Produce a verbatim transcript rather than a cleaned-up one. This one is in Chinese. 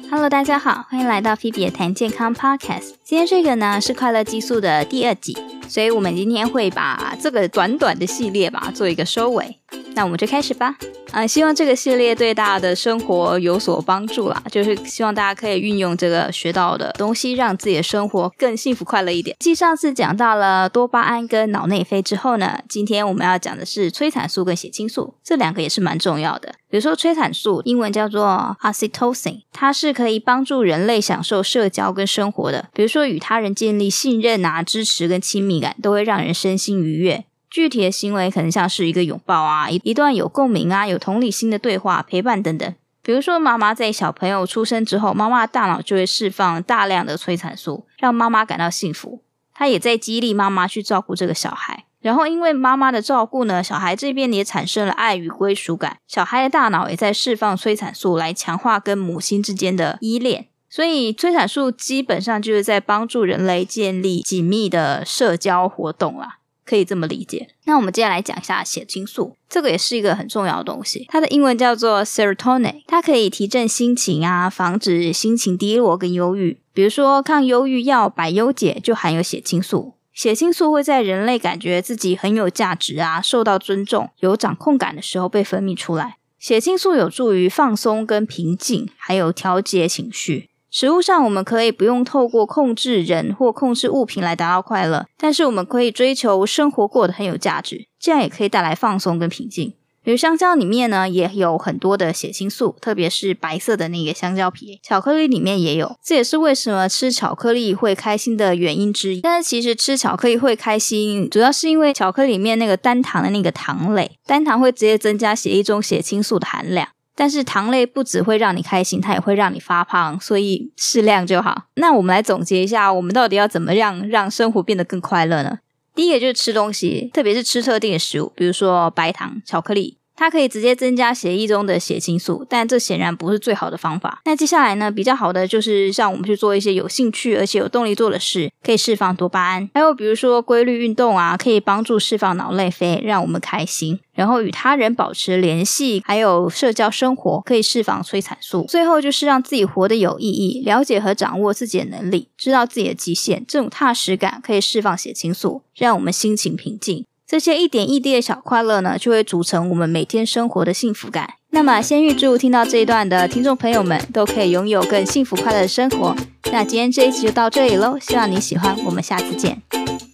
Hello， 大家好，欢迎来到 Phoebe 的谈健康 Podcast。今天这个呢是快乐激素的第二集，所以我们今天会把这个短短的系列吧做一个收尾。那我们就开始吧。呃，希望这个系列对大家的生活有所帮助啦，就是希望大家可以运用这个学到的东西，让自己的生活更幸福快乐一点。继上次讲到了多巴胺跟脑内啡之后呢，今天我们要讲的是催产素跟血清素，这两个也是蛮重要的。比如说催产素，英文叫做 oxytocin， 它是可以帮助人类享受社交跟生活的，比如说与他人建立信任啊、支持跟亲密感，都会让人身心愉悦。具体的行为可能像是一个拥抱啊，一段有共鸣啊、有同理心的对话、陪伴等等。比如说妈妈在小朋友出生之后，妈妈的大脑就会释放大量的催产素，让妈妈感到幸福。她也在激励妈妈去照顾这个小孩。然后因为妈妈的照顾呢，小孩这边也产生了爱与归属感，小孩的大脑也在释放催产素来强化跟母亲之间的依恋。所以催产素基本上就是在帮助人类建立紧密的社交活动啦，可以这么理解。那我们接下来讲一下血清素，这个也是一个很重要的东西，它的英文叫做 serotonin， 它可以提振心情啊，防止心情低落跟忧郁。比如说抗忧郁药百忧解就含有血清素，血清素会在人类感觉自己很有价值啊，受到尊重、有掌控感的时候被分泌出来。血清素有助于放松跟平静，还有调节情绪。实物上我们可以不用透过控制人或控制物品来达到快乐，但是我们可以追求生活过得很有价值，这样也可以带来放松跟平静。比如香蕉里面呢也有很多的血清素，特别是白色的那个香蕉皮，巧克力里面也有，这也是为什么吃巧克力会开心的原因之一。但是其实吃巧克力会开心，主要是因为巧克力里面那个单糖的那个糖类，单糖会直接增加血液中血清素的含量。但是糖类不只会让你开心，它也会让你发胖，所以适量就好。那我们来总结一下，我们到底要怎么样让生活变得更快乐呢？第一个就是吃东西，特别是吃特定的食物，比如说白糖、巧克力，它可以直接增加血液中的血清素，但这显然不是最好的方法。那接下来呢，比较好的就是让我们去做一些有兴趣而且有动力做的事，可以释放多巴胺。还有比如说规律运动啊，可以帮助释放脑内啡，让我们开心。然后与他人保持联系，还有社交生活，可以释放催产素。最后就是让自己活得有意义，了解和掌握自己的能力，知道自己的极限，这种踏实感可以释放血清素，让我们心情平静。这些一点一滴的小快乐呢，就会组成我们每天生活的幸福感。那么先预祝听到这一段的听众朋友们都可以拥有更幸福快乐的生活。那今天这一集就到这里咯，希望你喜欢，我们下次见。